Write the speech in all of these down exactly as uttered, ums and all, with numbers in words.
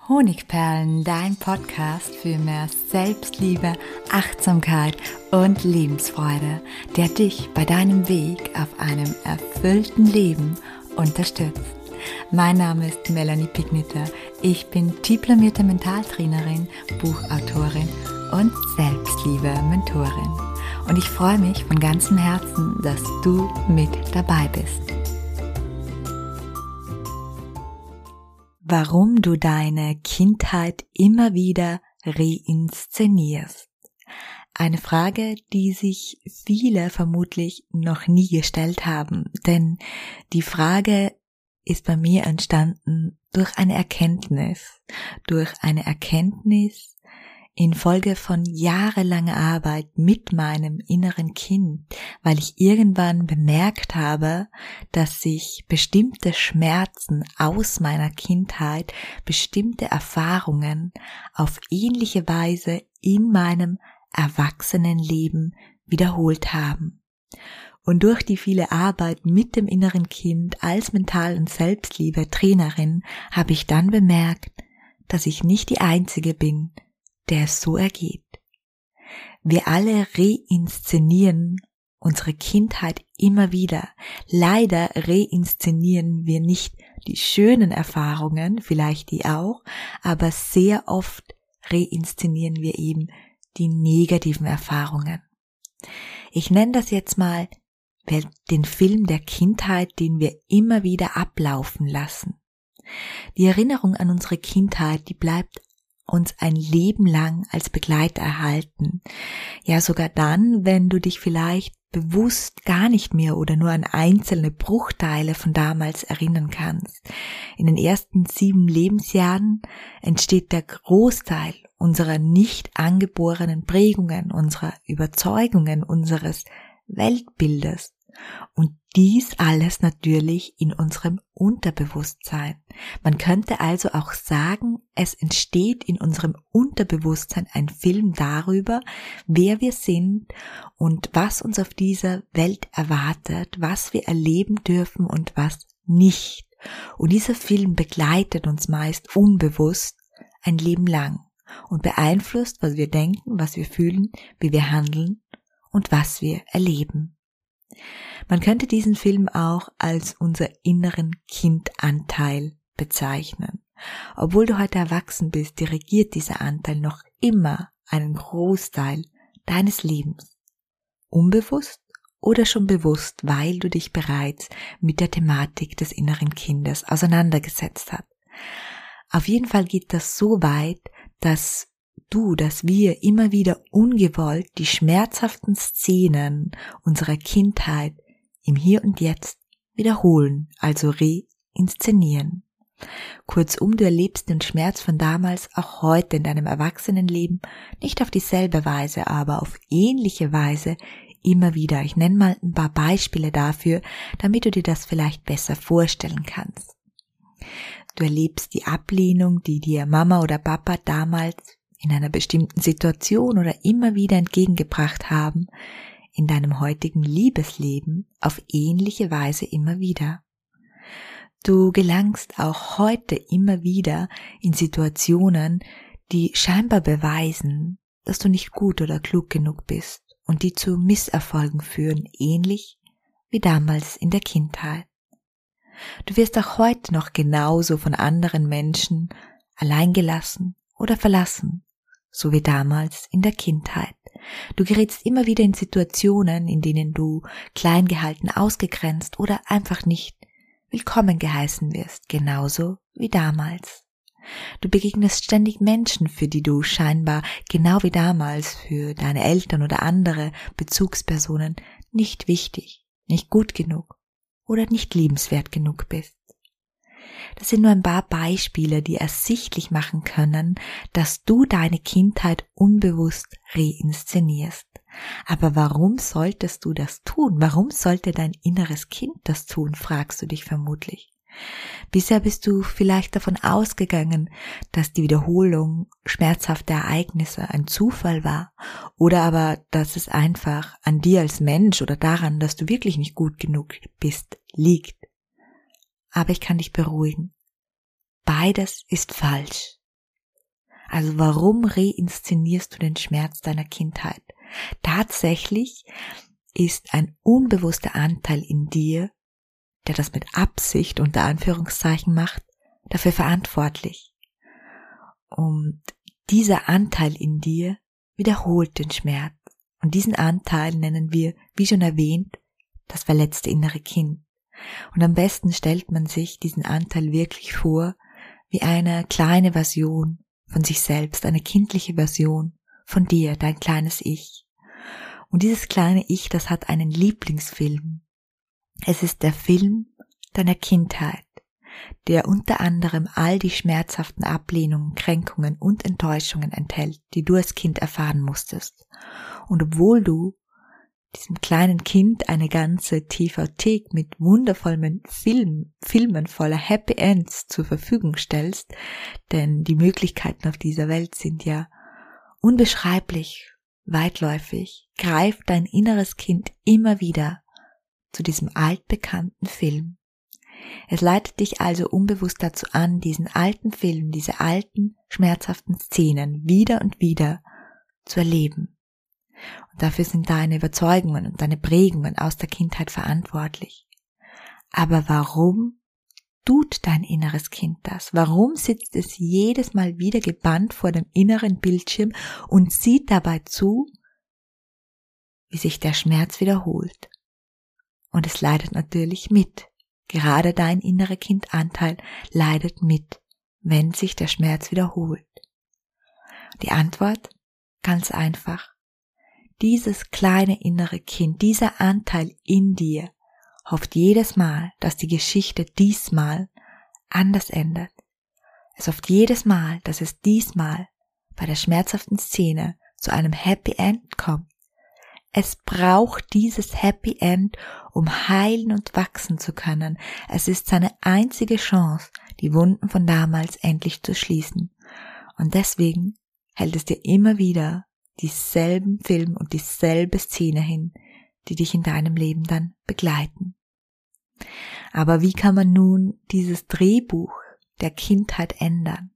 Honigperlen, dein Podcast für mehr Selbstliebe, Achtsamkeit und Lebensfreude, der dich bei deinem Weg auf einem erfüllten Leben unterstützt. Mein Name ist Melanie Pigniter. Ich bin diplomierte Mentaltrainerin, Buchautorin und Selbstliebe-Mentorin. Und ich freue mich von ganzem Herzen, dass du mit dabei bist. Warum du deine Kindheit immer wieder reinszenierst. Eine Frage, die sich viele vermutlich noch nie gestellt haben, denn die Frage ist bei mir entstanden durch eine Erkenntnis, durch eine Erkenntnis infolge von jahrelanger Arbeit mit meinem inneren Kind, weil ich irgendwann bemerkt habe, dass sich bestimmte Schmerzen aus meiner Kindheit, bestimmte Erfahrungen auf ähnliche Weise in meinem Erwachsenenleben wiederholt haben. Und durch die viele Arbeit mit dem inneren Kind als Mental- und Selbstliebe-Trainerin habe ich dann bemerkt, dass ich nicht die Einzige bin, der es so ergeht. Wir alle reinszenieren unsere Kindheit immer wieder. Leider reinszenieren wir nicht die schönen Erfahrungen, vielleicht die auch, aber sehr oft reinszenieren wir eben die negativen Erfahrungen. Ich nenne das jetzt mal den Film der Kindheit, den wir immer wieder ablaufen lassen. Die Erinnerung an unsere Kindheit, die bleibt uns ein Leben lang als Begleiter erhalten. Ja, sogar dann, wenn du dich vielleicht bewusst gar nicht mehr oder nur an einzelne Bruchteile von damals erinnern kannst. In den ersten sieben Lebensjahren entsteht der Großteil unserer nicht angeborenen Prägungen, unserer Überzeugungen, unseres Weltbildes. Und dies alles natürlich in unserem Unterbewusstsein. Man könnte also auch sagen, es entsteht in unserem Unterbewusstsein ein Film darüber, wer wir sind und was uns auf dieser Welt erwartet, was wir erleben dürfen und was nicht. Und dieser Film begleitet uns meist unbewusst ein Leben lang und beeinflusst, was wir denken, was wir fühlen, wie wir handeln und was wir erleben. Man könnte diesen Film auch als unser inneren Kindanteil bezeichnen. Obwohl du heute erwachsen bist, dirigiert dieser Anteil noch immer einen Großteil deines Lebens. Unbewusst oder schon bewusst, weil du dich bereits mit der Thematik des inneren Kindes auseinandergesetzt hast. Auf jeden Fall geht das so weit, dass du, dass wir immer wieder ungewollt die schmerzhaften Szenen unserer Kindheit im Hier und Jetzt wiederholen, also reinszenieren. Kurzum, du erlebst den Schmerz von damals auch heute in deinem Erwachsenenleben, nicht auf dieselbe Weise, aber auf ähnliche Weise immer wieder. Ich nenne mal ein paar Beispiele dafür, damit du dir das vielleicht besser vorstellen kannst. Du erlebst die Ablehnung, die dir Mama oder Papa damals in einer bestimmten Situation oder immer wieder entgegengebracht haben, in deinem heutigen Liebesleben auf ähnliche Weise immer wieder. Du gelangst auch heute immer wieder in Situationen, die scheinbar beweisen, dass du nicht gut oder klug genug bist und die zu Misserfolgen führen, ähnlich wie damals in der Kindheit. Du wirst auch heute noch genauso von anderen Menschen alleingelassen oder verlassen, so wie damals in der Kindheit. Du gerätst immer wieder in Situationen, in denen du klein gehalten, ausgegrenzt oder einfach nicht willkommen geheißen wirst, genauso wie damals. Du begegnest ständig Menschen, für die du scheinbar genau wie damals für deine Eltern oder andere Bezugspersonen nicht wichtig, nicht gut genug oder nicht liebenswert genug bist. Das sind nur ein paar Beispiele, die ersichtlich machen können, dass du deine Kindheit unbewusst reinszenierst. Aber warum solltest du das tun? Warum sollte dein inneres Kind das tun, fragst du dich vermutlich. Bisher bist du vielleicht davon ausgegangen, dass die Wiederholung schmerzhafter Ereignisse ein Zufall war oder aber, dass es einfach an dir als Mensch oder daran, dass du wirklich nicht gut genug bist, liegt. Aber ich kann dich beruhigen. Beides ist falsch. Also warum reinszenierst du den Schmerz deiner Kindheit? Tatsächlich ist ein unbewusster Anteil in dir, der das mit Absicht unter Anführungszeichen macht, dafür verantwortlich. Und dieser Anteil in dir wiederholt den Schmerz. Und diesen Anteil nennen wir, wie schon erwähnt, das verletzte innere Kind. Und am besten stellt man sich diesen Anteil wirklich vor, wie eine kleine Version von sich selbst, eine kindliche Version von dir, dein kleines Ich. Und dieses kleine Ich, das hat einen Lieblingsfilm. Es ist der Film deiner Kindheit, der unter anderem all die schmerzhaften Ablehnungen, Kränkungen und Enttäuschungen enthält, die du als Kind erfahren musstest. Und obwohl du diesem kleinen Kind eine ganze T V-Thek mit wundervollen Film, Filmen voller Happy Ends zur Verfügung stellst, denn die Möglichkeiten auf dieser Welt sind ja unbeschreiblich, weitläufig, greift dein inneres Kind immer wieder zu diesem altbekannten Film. Es leitet dich also unbewusst dazu an, diesen alten Film, diese alten, schmerzhaften Szenen wieder und wieder zu erleben. Und dafür sind deine Überzeugungen und deine Prägungen aus der Kindheit verantwortlich. Aber warum tut dein inneres Kind das? Warum sitzt es jedes Mal wieder gebannt vor dem inneren Bildschirm und sieht dabei zu, wie sich der Schmerz wiederholt? Und es leidet natürlich mit. Gerade dein innerer Kindanteil leidet mit, wenn sich der Schmerz wiederholt. Die Antwort? Ganz einfach. Dieses kleine innere Kind, dieser Anteil in dir, hofft jedes Mal, dass die Geschichte diesmal anders endet. Es hofft jedes Mal, dass es diesmal bei der schmerzhaften Szene zu einem Happy End kommt. Es braucht dieses Happy End, um heilen und wachsen zu können. Es ist seine einzige Chance, die Wunden von damals endlich zu schließen. Und deswegen hält es dir immer wieder dieselben Film und dieselbe Szene hin, die dich in deinem Leben dann begleiten. Aber wie kann man nun dieses Drehbuch der Kindheit ändern?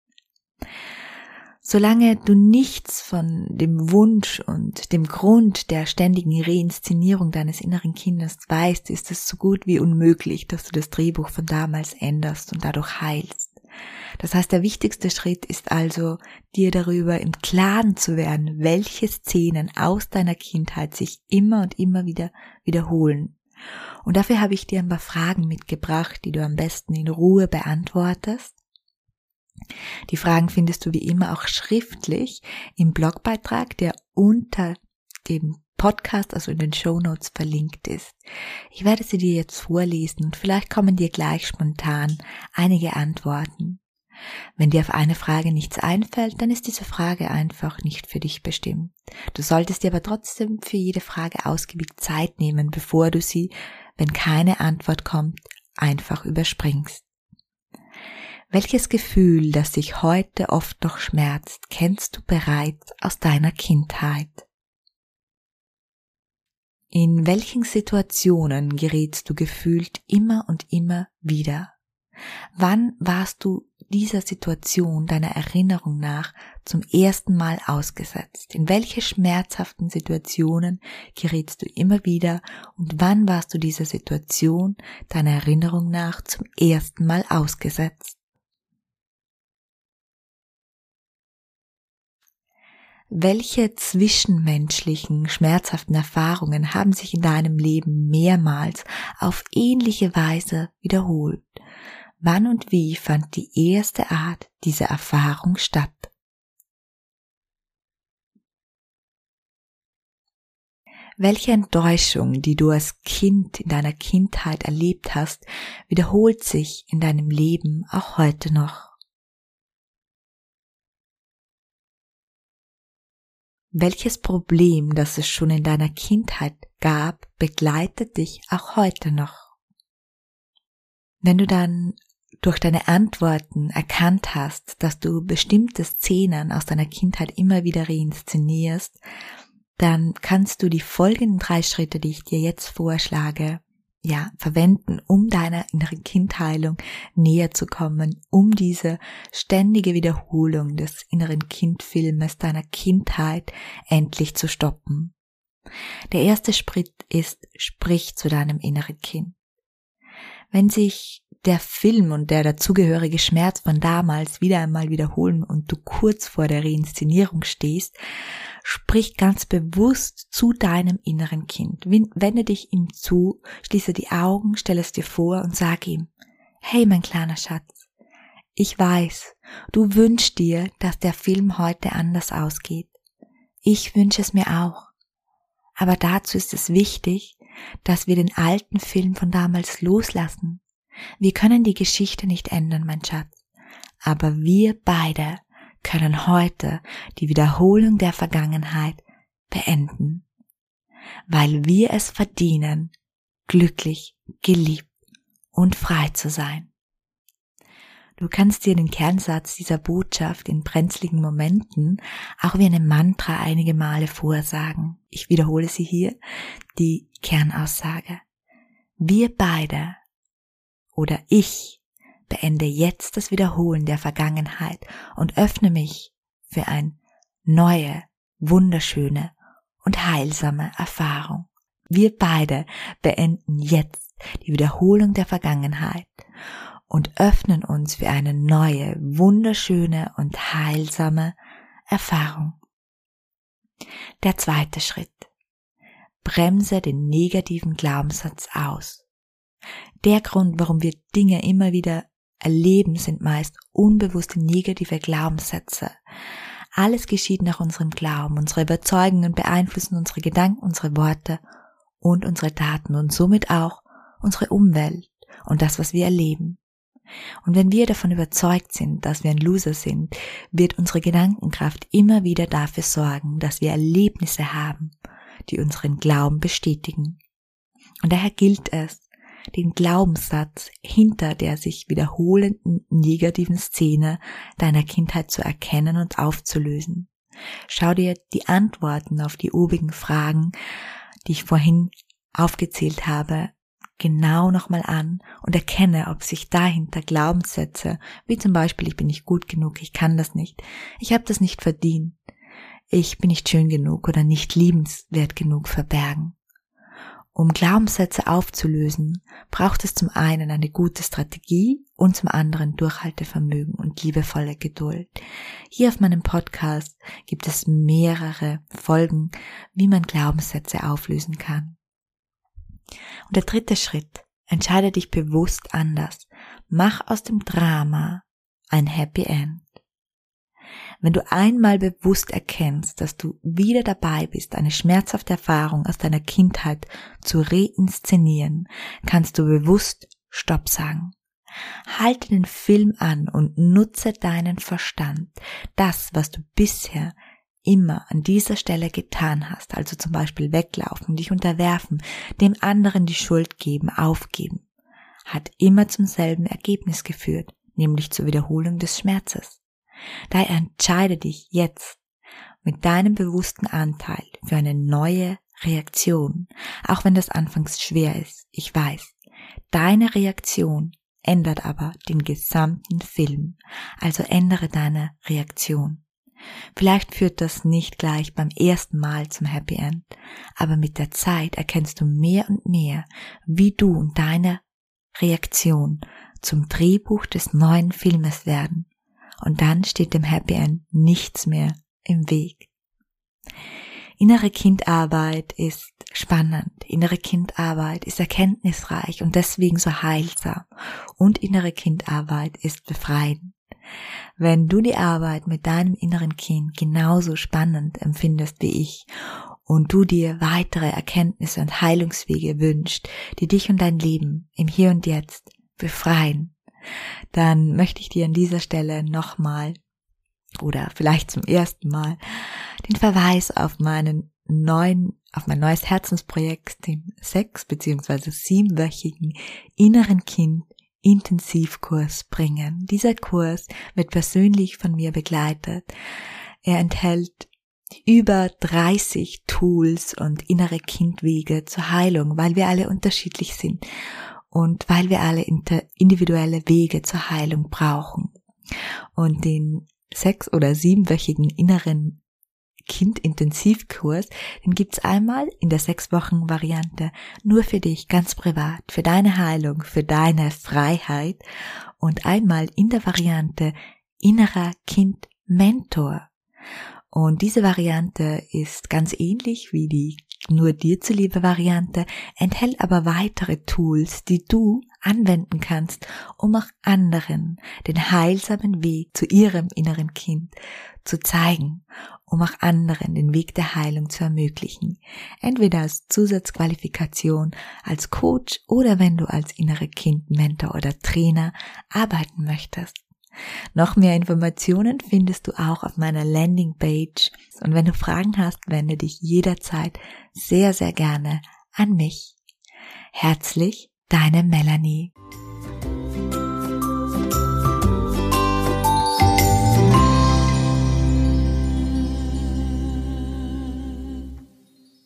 Solange du nichts von dem Wunsch und dem Grund der ständigen Reinszenierung deines inneren Kindes weißt, ist es so gut wie unmöglich, dass du das Drehbuch von damals änderst und dadurch heilst. Das heißt, der wichtigste Schritt ist also, dir darüber im Klaren zu werden, welche Szenen aus deiner Kindheit sich immer und immer wieder wiederholen. Und dafür habe ich dir ein paar Fragen mitgebracht, die du am besten in Ruhe beantwortest. Die Fragen findest du wie immer auch schriftlich im Blogbeitrag, der unter dem Podcast, also in den Shownotes verlinkt ist. Ich werde sie dir jetzt vorlesen und vielleicht kommen dir gleich spontan einige Antworten. Wenn dir auf eine Frage nichts einfällt, dann ist diese Frage einfach nicht für dich bestimmt. Du solltest dir aber trotzdem für jede Frage ausgiebig Zeit nehmen, bevor du sie, wenn keine Antwort kommt, einfach überspringst. Welches Gefühl, das dich heute oft noch schmerzt, kennst du bereits aus deiner Kindheit? In welchen Situationen gerätst du gefühlt immer und immer wieder? Wann warst du dieser Situation deiner Erinnerung nach zum ersten Mal ausgesetzt? In welche schmerzhaften Situationen gerätst du immer wieder und wann warst du dieser Situation deiner Erinnerung nach zum ersten Mal ausgesetzt? Welche zwischenmenschlichen, schmerzhaften Erfahrungen haben sich in deinem Leben mehrmals auf ähnliche Weise wiederholt? Wann und wie fand die erste Art dieser Erfahrung statt? Welche Enttäuschung, die du als Kind in deiner Kindheit erlebt hast, wiederholt sich in deinem Leben auch heute noch? Welches Problem, das es schon in deiner Kindheit gab, begleitet dich auch heute noch? Wenn du dann durch deine Antworten erkannt hast, dass du bestimmte Szenen aus deiner Kindheit immer wieder reinszenierst, dann kannst du die folgenden drei Schritte, die ich dir jetzt vorschlage, ja, verwenden, um deiner inneren Kindheilung näher zu kommen, um diese ständige Wiederholung des inneren Kindfilmes deiner Kindheit endlich zu stoppen. Der erste Schritt ist, sprich zu deinem inneren Kind. Wenn sich der Film und der dazugehörige Schmerz von damals wieder einmal wiederholen und du kurz vor der Reinszenierung stehst, sprich ganz bewusst zu deinem inneren Kind. Wende dich ihm zu, schließe die Augen, stelle es dir vor und sag ihm, hey mein kleiner Schatz, ich weiß, du wünschst dir, dass der Film heute anders ausgeht. Ich wünsche es mir auch. Aber dazu ist es wichtig, dass wir den alten Film von damals loslassen. Wir können die Geschichte nicht ändern, mein Schatz, aber wir beide können heute die Wiederholung der Vergangenheit beenden, weil wir es verdienen, glücklich, geliebt und frei zu sein. Du kannst dir den Kernsatz dieser Botschaft in brenzligen Momenten auch wie eine Mantra einige Male vorsagen. Ich wiederhole sie hier, die Kernaussage. Wir beide oder ich beende jetzt das Wiederholen der Vergangenheit und öffne mich für eine neue, wunderschöne und heilsame Erfahrung. Wir beide beenden jetzt die Wiederholung der Vergangenheit und öffnen uns für eine neue, wunderschöne und heilsame Erfahrung. Der zweite Schritt. Bremse den negativen Glaubenssatz aus. Der Grund, warum wir Dinge immer wieder erleben, sind meist unbewusste negative Glaubenssätze. Alles geschieht nach unserem Glauben. Unsere Überzeugungen beeinflussen unsere Gedanken, unsere Worte und unsere Taten und somit auch unsere Umwelt und das, was wir erleben. Und wenn wir davon überzeugt sind, dass wir ein Loser sind, wird unsere Gedankenkraft immer wieder dafür sorgen, dass wir Erlebnisse haben, die unseren Glauben bestätigen. Und daher gilt es, den Glaubenssatz hinter der sich wiederholenden negativen Szene deiner Kindheit zu erkennen und aufzulösen. Schau dir die Antworten auf die obigen Fragen, die ich vorhin aufgezählt habe, genau nochmal an und erkenne, ob sich dahinter Glaubenssätze, wie zum Beispiel, ich bin nicht gut genug, ich kann das nicht, ich habe das nicht verdient, ich bin nicht schön genug oder nicht liebenswert genug verbergen. Um Glaubenssätze aufzulösen, braucht es zum einen eine gute Strategie und zum anderen Durchhaltevermögen und liebevolle Geduld. Hier auf meinem Podcast gibt es mehrere Folgen, wie man Glaubenssätze auflösen kann. Und der dritte Schritt, entscheide dich bewusst anders. Mach aus dem Drama ein Happy End. Wenn du einmal bewusst erkennst, dass du wieder dabei bist, eine schmerzhafte Erfahrung aus deiner Kindheit zu reinszenieren, kannst du bewusst Stopp sagen. Halte den Film an und nutze deinen Verstand. Das, was du bisher immer an dieser Stelle getan hast, also zum Beispiel weglaufen, dich unterwerfen, dem anderen die Schuld geben, aufgeben, hat immer zum selben Ergebnis geführt, nämlich zur Wiederholung des Schmerzes. Daher entscheide dich jetzt mit deinem bewussten Anteil für eine neue Reaktion, auch wenn das anfangs schwer ist, ich weiß. Deine Reaktion ändert aber den gesamten Film, also ändere deine Reaktion. Vielleicht führt das nicht gleich beim ersten Mal zum Happy End, aber mit der Zeit erkennst du mehr und mehr, wie du und deine Reaktion zum Drehbuch des neuen Filmes werden. Und dann steht dem Happy End nichts mehr im Weg. Innere Kindarbeit ist spannend, innere Kindarbeit ist erkenntnisreich und deswegen so heilsam. Und innere Kindarbeit ist befreiend. Wenn du die Arbeit mit deinem inneren Kind genauso spannend empfindest wie ich und du dir weitere Erkenntnisse und Heilungswege wünschst, die dich und dein Leben im Hier und Jetzt befreien, dann möchte ich dir an dieser Stelle nochmal oder vielleicht zum ersten Mal den Verweis auf meinen neuen, auf mein neues Herzensprojekt, den sechs- bzw. siebenwöchigen inneren Kind Intensivkurs bringen. Dieser Kurs wird persönlich von mir begleitet. Er enthält über dreißig Tools und innere Kindwege zur Heilung, weil wir alle unterschiedlich sind und weil wir alle individuelle Wege zur Heilung brauchen. Und den sechs- oder siebenwöchigen inneren Kind-Intensivkurs, den gibt's einmal in der sechs-Wochen-Variante nur für dich, ganz privat, für deine Heilung, für deine Freiheit und einmal in der Variante innerer Kind-Mentor. Und diese Variante ist ganz ähnlich wie die nur dir zuliebe Variante, enthält aber weitere Tools, die du anwenden kannst, um auch anderen den heilsamen Weg zu ihrem inneren Kind zu zeigen, um auch anderen den Weg der Heilung zu ermöglichen. Entweder als Zusatzqualifikation, als Coach oder wenn du als innere Kind-Mentor oder Trainer arbeiten möchtest. Noch mehr Informationen findest du auch auf meiner Landingpage. Und wenn du Fragen hast, wende dich jederzeit sehr, sehr gerne an mich. Herzlich, deine Melanie.